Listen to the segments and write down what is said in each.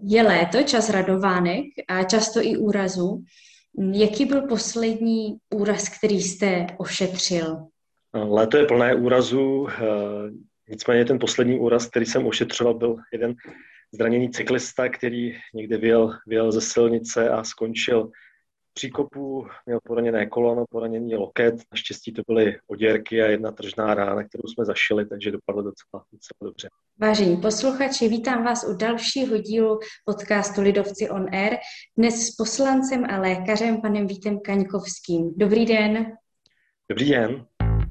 Je léto, čas radovánek a často i úrazů. Jaký byl poslední úraz, který jste ošetřil? Léto je plné úrazů, nicméně ten poslední úraz, který jsem ošetřoval, byl jeden zraněný cyklista, který někde vyjel ze silnice a skončil v příkopu, měl poraněné koleno, poraněný loket. Naštěstí to byly oděrky a jedna tržná rána, kterou jsme zašili, takže dopadlo docela dobře. Vážení posluchači, vítám vás u dalšího dílu podcastu Lidovci on Air, dnes s poslancem a lékařem panem Vítem Kaňkovským. Dobrý den. Dobrý den.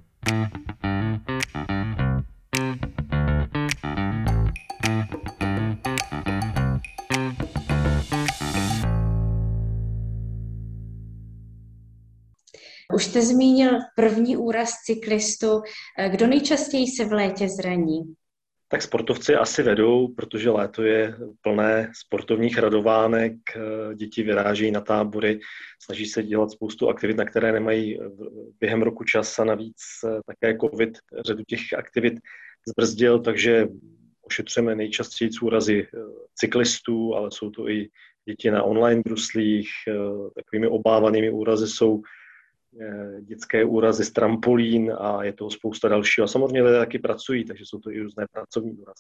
Už jste zmínil první úraz cyklistu. Kdo nejčastěji se v létě zraní? Tak sportovci asi vedou, protože léto je plné sportovních radovánek, děti vyrážejí na tábory, snaží se dělat spoustu aktivit, na které nemají během roku čas a navíc také covid řadu těch aktivit zbrzdil, takže ošetřujeme nejčastěji úrazy cyklistů, ale jsou to i děti na online bruslích. Takovými obávanými úrazy jsou dětské úrazy z trampolín a je toho spousta dalšího. A samozřejmě lidé taky pracují, takže jsou to i různé pracovní úrazy.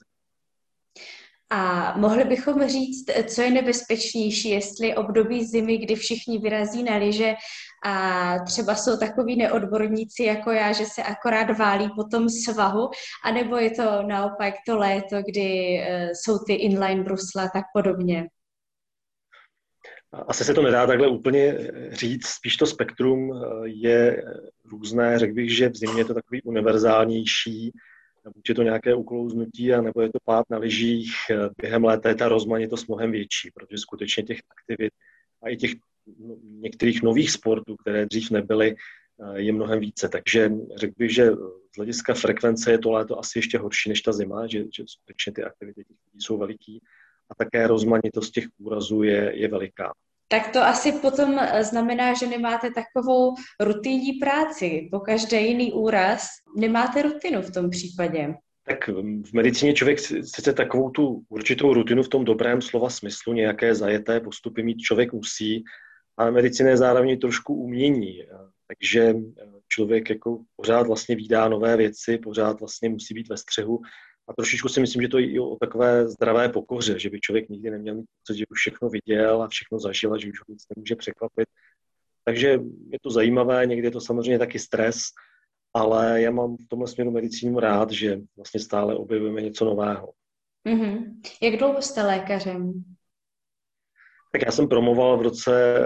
A mohli bychom říct, co je nebezpečnější, jestli období zimy, kdy všichni vyrazí na lyže a třeba jsou takoví neodborníci jako já, že se akorát válí po tom svahu, anebo je to naopak to léto, kdy jsou ty inline brusle a tak podobně. Asi se to nedá takhle úplně říct, spíš to spektrum je různé. Řekl bych, že v zimě je to takový univerzálnější, buď je to nějaké uklouznutí, nebo je to pád na lyžích. Během léta je ta rozmanitost mnohem větší, protože skutečně těch aktivit a i těch některých nových sportů, které dřív nebyly, je mnohem více. Takže řekl bych, že z hlediska frekvence je to léto asi ještě horší než ta zima, že skutečně ty aktivity těch lidí jsou veliký a také rozmanitost těch úrazů je veliká. Tak to asi potom znamená, že nemáte takovou rutinní práci. Po každý jiný úraz nemáte rutinu v tom případě. Tak v medicíně člověk sice takovou tu určitou rutinu v tom dobrém slova smyslu, nějaké zajeté postupy mít člověk musí, ale medicína je zároveň trošku umění. Takže člověk jako pořád vlastně vídá nové věci, pořád vlastně musí být ve střehu. A trošičku si myslím, že to je i o takové zdravé pokoře, že by člověk nikdy neměl mít pocit, že už všechno viděl a všechno zažil a že už ho nic nemůže překvapit. Takže je to zajímavé, někdy je to samozřejmě taky stres, ale já mám v tomhle směru medicínu rád, že vlastně stále objevujeme něco nového. Mm-hmm. Jak dlouho jste lékařem? Tak já jsem promoval v roce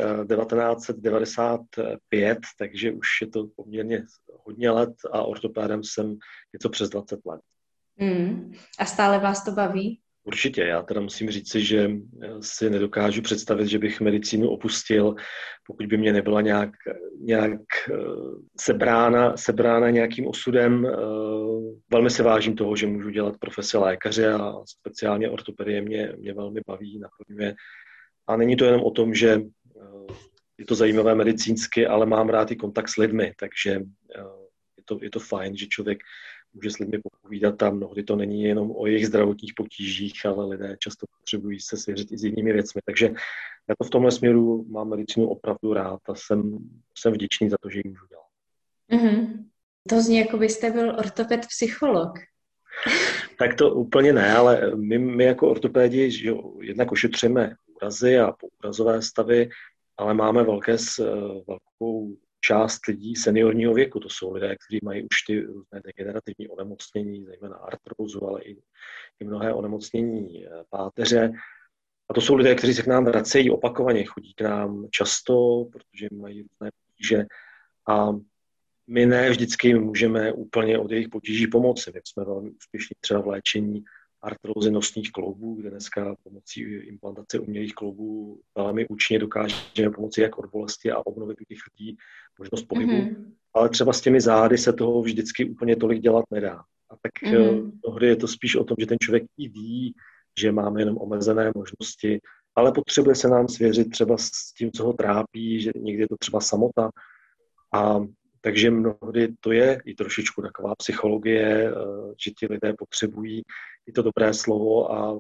1995, takže už je to poměrně hodně let a ortopédem jsem něco přes 20 let. A stále vás to baví? Určitě, já teda musím říci, že si nedokážu představit, že bych medicínu opustil, pokud by mě nebyla nějak sebrána nějakým osudem. Velmi se vážím toho, že můžu dělat profesi lékaře a speciálně ortopedie mě velmi baví, naplňuje. A není to jenom o tom, že je to zajímavé medicínsky, ale mám rád i kontakt s lidmi, takže je to fajn, že člověk může s lidmi popovídat a mnohdy to není jenom o jejich zdravotních potížích, ale lidé často potřebují se svěřit i s jinými věcmi. Takže já to v tomhle směru mám medicínu opravdu rád a jsem vděčný za to, že ji můžu dělat. Mm-hmm. To zní, jako byste byl ortoped psycholog. Tak to úplně ne, ale my jako ortopédi že jednak ošetřujeme úrazy a poúrazové stavy, ale máme velkou část lidí seniorního věku. To jsou lidé, kteří mají už ty různé degenerativní onemocnění, zejména artrózu, ale i mnohé onemocnění páteře. A to jsou lidé, kteří se k nám vracejí opakovaně, chodí k nám často, protože mají různé potíže. A my ne vždycky můžeme úplně od jejich potíží pomoci. My jsme velmi úspěšní třeba v léčení artrózy nosních kloubů, kde dneska pomocí implantace umělých kloubů velmi účinně dokážeme pomoci jak od bolesti a obnovit u těch lidí možnost pohybu. Mm-hmm. Ale třeba s těmi zády se toho vždycky úplně tolik dělat nedá. A tak mnohdy je to spíš o tom, že ten člověk i ví, že máme jenom omezené možnosti, ale potřebuje se nám svěřit třeba s tím, co ho trápí, že někdy je to třeba samota. A takže mnohdy to je i trošičku taková psychologie, že ti lidé potřebují i to dobré slovo a v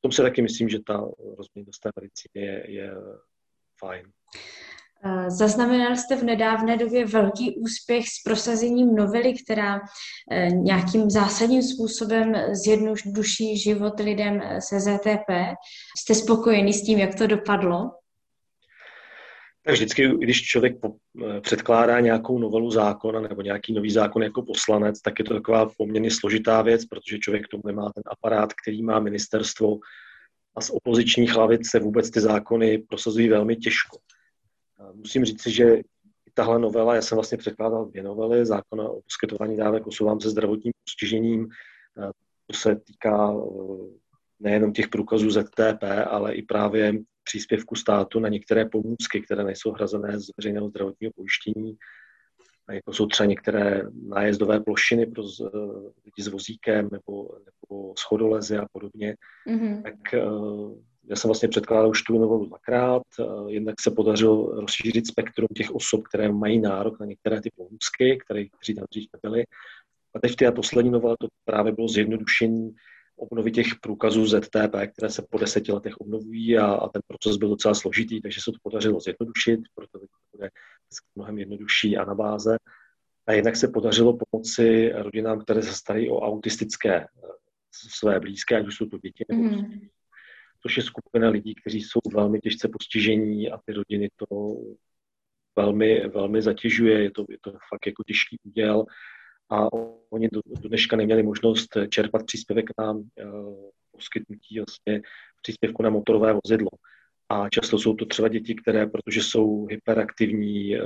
tom si taky myslím, že ta rozmanitost té medicíny je fajn. Zaznamenal jste v nedávné době velký úspěch s prosazením novely, která nějakým zásadním způsobem zjednoduší život lidem se ZTP. Jste spokojený s tím, jak to dopadlo? Tak vždycky, když člověk předkládá nějakou novelu zákona nebo nějaký nový zákon jako poslanec, tak je to taková poměrně složitá věc, protože člověk k tomu nemá ten aparát, který má ministerstvo, a z opozičních lavic se vůbec ty zákony prosazují velmi těžko. Musím říct, že tahle novela, já jsem vlastně předkládal 2 novely, zákona o poskytování dávek osobám se zdravotním postižením, to se týká nejenom těch průkazů ZTP, ale i právě příspěvku státu na některé pomůcky, které nejsou hrazené z veřejného zdravotního pojištění, jako jsou třeba některé nájezdové plošiny pro lidi s vozíkem nebo schodolezy a podobně. Mm-hmm. Tak já jsem vlastně předkládal už tu novelu 2krát. Jednak se podařilo rozšířit spektrum těch osob, které mají nárok na některé ty pomůcky, kteří tam dřív nebyly. A teď v té poslední novele to právě bylo zjednodušení obnovy těch průkazů ZTP, které se po 10 letech obnovují a ten proces byl docela složitý, takže se to podařilo zjednodušit, proto to bude mnohem jednodušší anabáze. A jednak se podařilo pomoci rodinám, které se starají o autistické své blízké, ať už jsou to děti, což je skupina lidí, kteří jsou velmi těžce postižení a ty rodiny to velmi, velmi zatěžuje, je to fakt jako těžký úděl. A oni do dneška neměli možnost čerpat příspěvek na poskytnutí vlastně příspěvku na motorové vozidlo. A často jsou to třeba děti, které, protože jsou hyperaktivní,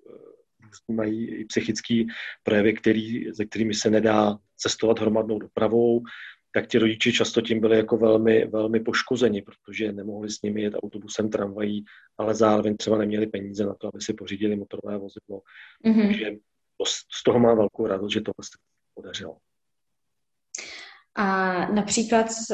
mají i psychické projevy, se kterými se nedá cestovat hromadnou dopravou, tak ti rodiče často tím byli jako velmi, velmi poškozeni, protože nemohli s nimi jet autobusem, tramvají, ale zároveň třeba neměli peníze na to, aby si pořídili motorové vozidlo. Mm-hmm. Takže z toho mám velkou radost, že to vlastně podařilo. A například s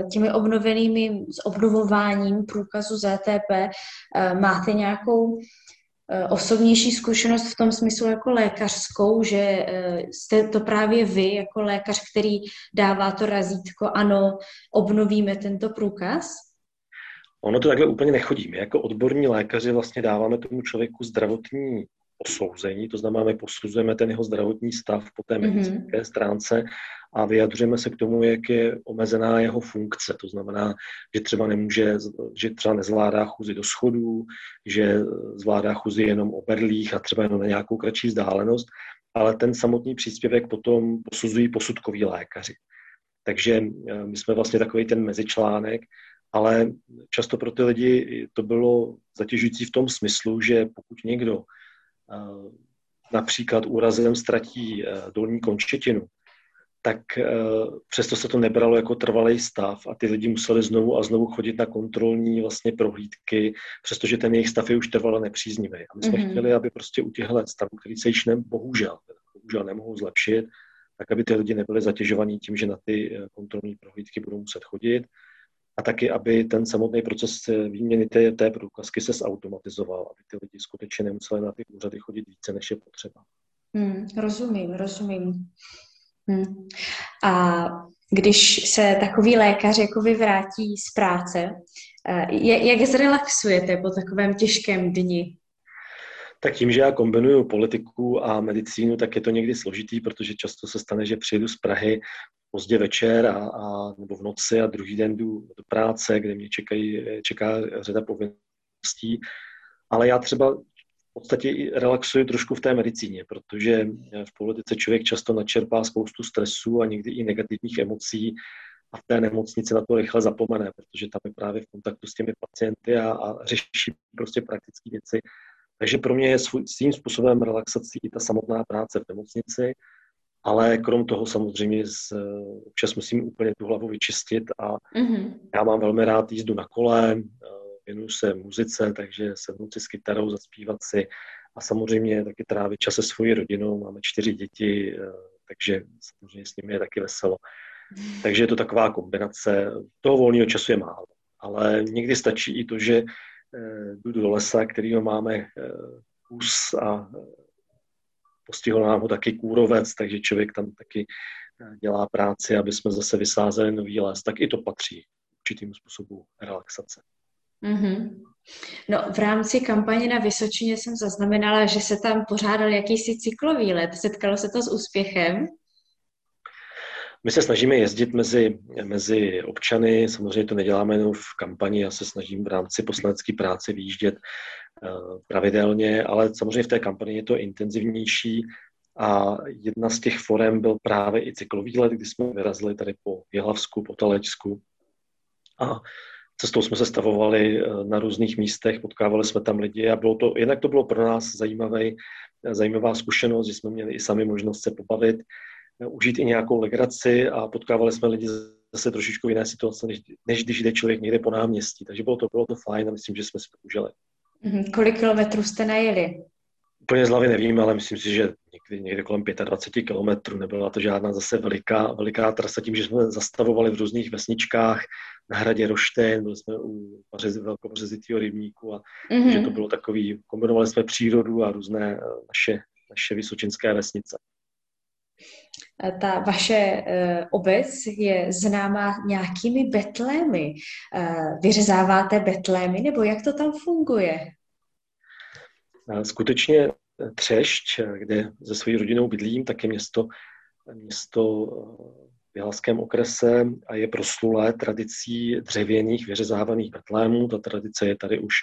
obnovováním průkazu ZTP máte nějakou osobnější zkušenost v tom smyslu jako lékařskou, že jste to právě vy jako lékař, který dává to razítko, ano, obnovíme tento průkaz? Ono to takhle úplně nechodí. My jako odborní lékaři vlastně dáváme tomu člověku zdravotní posouzení, to znamená, my posuzujeme ten jeho zdravotní stav po té medicínské stránce a vyjadřujeme se k tomu, jak je omezená jeho funkce. To znamená, že třeba nezvládá chůzi do schodů, že zvládá chůzi jenom o berlích a třeba jenom na nějakou kratší vzdálenost, ale ten samotný příspěvek potom posuzují posudkoví lékaři. Takže my jsme vlastně takový ten mezičlánek, ale často pro ty lidi to bylo zatěžující v tom smyslu, že pokud někdo například úrazem ztratí dolní končetinu, tak přesto se to nebralo jako trvalý stav a ty lidi museli znovu a znovu chodit na kontrolní vlastně prohlídky, přestože ten jejich stav je už trvale nepříznivý. A my jsme chtěli, aby prostě u těchto stavů, který se již bohužel nemohou zlepšit, tak aby ty lidi nebyli zatěžovaní tím, že na ty kontrolní prohlídky budou muset chodit. A taky, aby ten samotný proces výměny té průkazky se zautomatizoval, aby ty lidi skutečně nemuseli na ty úřady chodit více, než je potřeba. Rozumím. A když se takový lékař jako vy vrátí z práce, jak zrelaxujete po takovém těžkém dni? Tak tím, že já kombinuju politiku a medicínu, tak je to někdy složitý, protože často se stane, že přijedu z Prahy pozdě večer nebo v noci a druhý den jdu do práce, kde mě čeká řada povinností. Ale já třeba v podstatě i relaxuji trošku v té medicíně, protože v politice člověk často načerpá spoustu stresu a někdy i negativních emocí a v té nemocnici na to rychle zapomene, protože tam je právě v kontaktu s těmi pacienty a řeší prostě praktické věci. Takže pro mě je svým způsobem relaxací i ta samotná práce v nemocnici, ale krom toho samozřejmě občas musím úplně tu hlavu vyčistit a já mám velmi rád jízdu na kole, věnuju se muzice, takže sednout si s kytarou, zaspívat si a samozřejmě taky trávit čas se svojí rodinou, máme 4 děti, takže samozřejmě s nimi je taky veselo. Takže je to taková kombinace, toho volného času je málo, ale někdy stačí i to, že jdu do lesa, kterýho máme kus a postihl nám ho taky kůrovec, takže člověk tam taky dělá práci, aby jsme zase vysázeli nový les, tak i to patří určitému způsobu relaxace. Mm-hmm. No, v rámci kampaně na Vysočině jsem zaznamenala, že se tam pořádal jakýsi cyklový let. Setkalo se to s úspěchem? My se snažíme jezdit mezi občany, samozřejmě to neděláme jenom v kampani, já se snažím v rámci poslanecké práce vyjíždět pravidelně, ale samozřejmě v té kampani je to intenzivnější a jedna z těch forem byl právě i cyklový let, kdy jsme vyrazili tady po Jihlavsku, po Telečsku a cestou jsme se stavovali na různých místech, potkávali jsme tam lidi a jednak to bylo pro nás zajímavá zkušenost, že jsme měli i sami možnost se pobavit, užít i nějakou legraci a potkávali jsme lidi zase trošičku v jiné situace, než když jde člověk někde po náměstí. Takže bylo to fajn a myslím, že jsme si to užili. Kolik kilometrů jste najeli? Úplně z hlavy nevím, ale myslím si, že někde kolem 25 kilometrů. Nebyla to žádná zase veliká trasa tím, že jsme zastavovali v různých vesničkách na hradě Roštejn, byli jsme u velkobřezitého rybníku a že to bylo takový, kombinovali jsme přírodu a různé naše vysočinské vesnice. Ta vaše obec je známá nějakými betlémy. Vyřezáváte betlémy, nebo jak to tam funguje? Skutečně Třešť, kde se svojí rodinou bydlím, tak je město v Jihlavském okrese a je proslulé tradicí dřevěných vyřezávaných betlémů. Ta tradice je tady už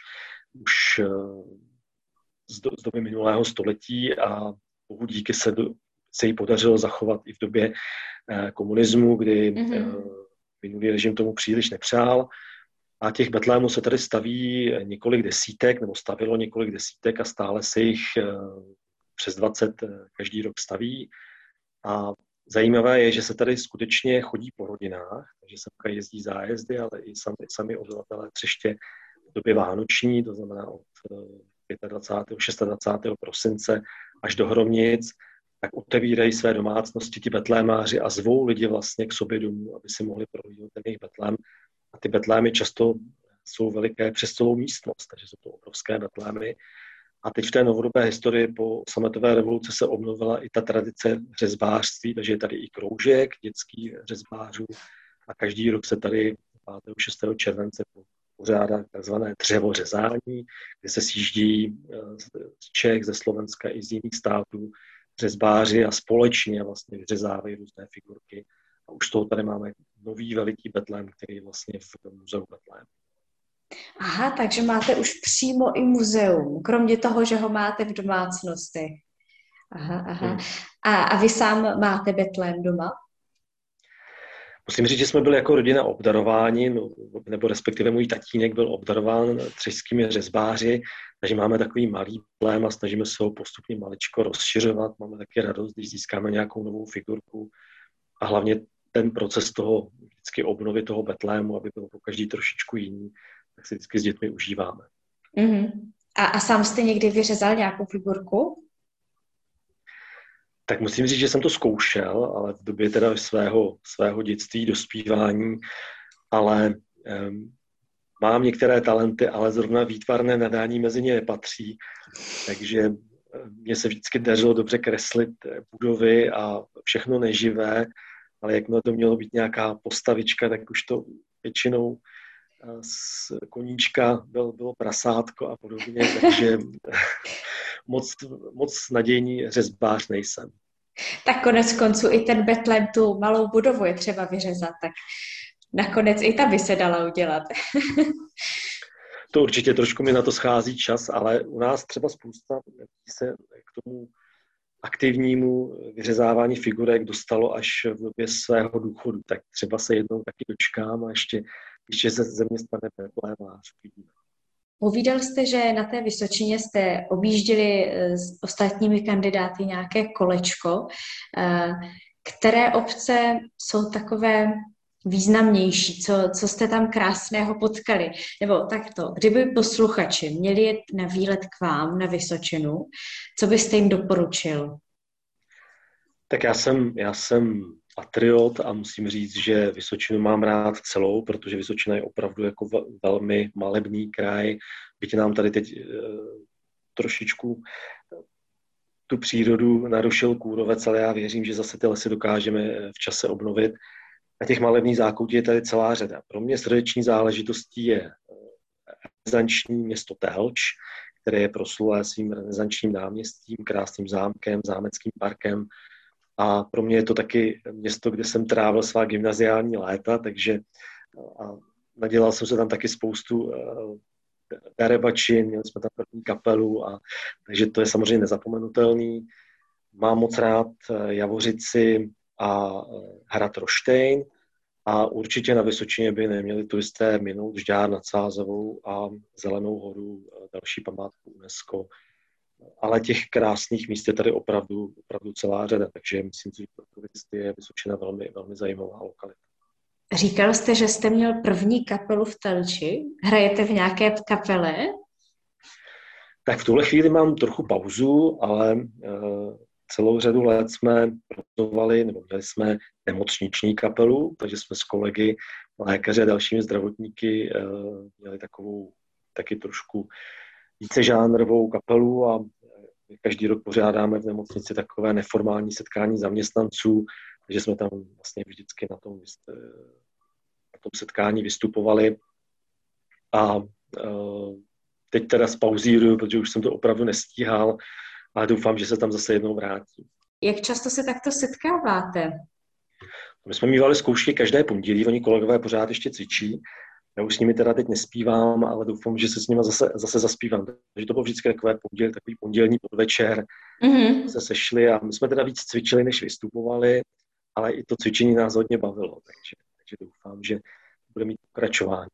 z doby minulého století a bohu díky se jí podařilo zachovat i v době komunismu, kdy minulý režim tomu příliš nepřál. A těch betlémů se tady staví několik desítek, nebo stavilo několik desítek a stále se jich přes 20 každý rok staví. A zajímavé je, že se tady skutečně chodí po rodinách, takže se jezdí zájezdy, ale i sami obyvatelé Třeště v době vánoční, to znamená od 25. 26. prosince až do Hromnic, tak otevírají své domácnosti ti betlémáři a zvou lidi vlastně k sobě domů, aby si mohli prohlídnout ten jejich betlém. A ty betlémy často jsou veliké přes celou místnost, takže jsou to obrovské betlémy. A teď v té novodobé historii po sametové revoluci se obnovila i ta tradice řezbářství, takže je tady i kroužek dětských řezbářů a každý rok se tady 5. 6. července pořádá takzvané dřevořezání, kde se sjíždí z Čech, ze Slovenska i z jiných států řezbáři a společně vlastně vyřezávají různé figurky. A už z toho tady máme nový veliký betlém, který je vlastně v muzeu Betlém. Aha, takže máte už přímo i muzeum, kromě toho, že ho máte v domácnosti. Aha. A vy sám máte betlém doma? Musím říct, že jsme byli jako rodina obdarováni, nebo respektive můj tatínek byl obdarován třešskými řezbáři, takže máme takový malý betlém a snažíme se ho postupně maličko rozšiřovat. Máme taky radost, když získáme nějakou novou figurku a hlavně ten proces toho vždycky obnovy toho betlému, aby byl po každý trošičku jiný, tak si vždycky s dětmi užíváme. A sám jste někdy vyřezal nějakou figurku? Tak musím říct, že jsem to zkoušel, ale v době teda svého dětství, dospívání, ale mám některé talenty, ale zrovna výtvarné nadání mezi ně nepatří, takže mně se vždycky dařilo dobře kreslit budovy a všechno neživé, ale jakmile to mělo být nějaká postavička, tak už to většinou z koníčka bylo prasátko a podobně, takže moc nadějný řezbář nejsem. Tak konec konců i ten betlém, tu malou budovu je třeba vyřezat, tak nakonec i ta by se dala udělat. To určitě trošku mi na to schází čas, ale u nás třeba spousta se k tomu aktivnímu vyřezávání figurek dostalo až v době svého důchodu, tak třeba se jednou taky dočkám a ještě se ze mě stane betlémář. Povídal jste, že na té Vysočině jste objížděli s ostatními kandidáty nějaké kolečko. Které obce jsou takové významnější? Co jste tam krásného potkali? Nebo takto, kdyby posluchači měli jet na výlet k vám na Vysočinu, co byste jim doporučil? Tak já jsem patriot a musím říct, že Vysočinu mám rád celou, protože Vysočina je opravdu jako velmi malebný kraj. Byť nám tady teď trošičku tu přírodu narušil kůrovec, ale já věřím, že zase ty lesy dokážeme v čase obnovit. A těch malebných zákoutí je tady celá řada. Pro mě srdeční záležitostí je renesanční město Telč, které je proslulé svým renesančním náměstím, krásným zámkem, zámeckým parkem. A pro mě je to taky město, kde jsem trávil svá gymnaziální léta, takže a nadělal jsem se tam taky spoustu darebačin, měli jsme tam první kapelu, takže to je samozřejmě nezapomenutelný. Mám moc rád Javořici a hrad Roštejn a určitě na Vysočině by neměli turisté minout Žďár nad Sázavou a Zelenou horu, další památku UNESCO. Ale těch krásných míst je tady opravdu celá řada, takže myslím si, že pro turisty je Vysočina velmi, velmi zajímavá lokalita. Říkal jste, že jste měl první kapelu v Telči. Hrajete v nějaké kapele? Tak v tuhle chvíli mám trochu pauzu, ale celou řadu let jsme pracovali, nebo měli jsme nemocniční kapelu, takže jsme s kolegy, lékaři a dalšími zdravotníky měli takovou taky trošku více žánrovou kapelu a každý rok pořádáme v nemocnici takové neformální setkání zaměstnanců, takže jsme tam vlastně vždycky na tom setkání vystupovali. A teď teda spauzíruju, protože už jsem to opravdu nestíhal, ale doufám, že se tam zase jednou vrátím. Jak často se takto setkáváte? My jsme mívali zkoušky každé pondělí, oni kolegové pořád ještě cvičí. Já už s nimi teda teď nespívám, ale doufám, že se s nimi zase zaspívám. Takže to bylo vždycky takový pondělní podvečer. Se sešli a my jsme teda víc cvičili, než vystupovali, ale i to cvičení nás hodně bavilo. Takže doufám, že bude mít pokračování.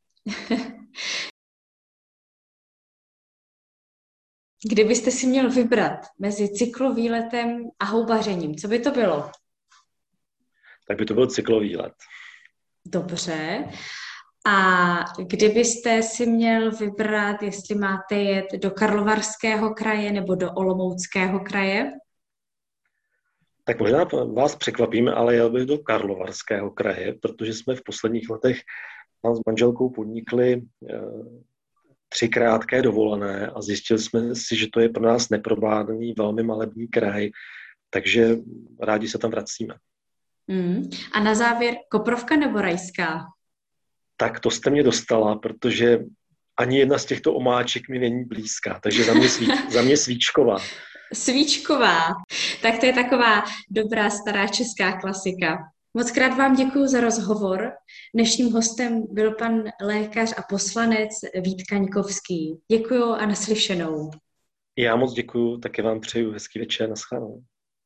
Kdybyste si měl vybrat mezi cyklovýletem a houbařením, co by to bylo? Tak by to byl cyklovýlet. Dobře. A kdybyste si měl vybrat, jestli máte jet do Karlovarského kraje nebo do Olomouckého kraje? Tak možná vás překvapím, ale jel bych do Karlovarského kraje, protože jsme v posledních letech tam s manželkou podnikli 3 krátké dovolené a zjistili jsme si, že to je pro nás neprobádaný, velmi malebný kraj, takže rádi se tam vracíme. A na závěr Koprovka nebo Rajská? Tak to jste mě dostala, protože ani jedna z těchto omáček mi není blízká, takže za mě Svíčková. Svíčková, tak to je taková dobrá stará česká klasika. Moc krát vám děkuji za rozhovor. Dnešním hostem byl pan lékař a poslanec Vít Kaňkovský. Děkuji a naslyšenou. Já moc děkuji, také vám přeju hezký večer, nashledanou.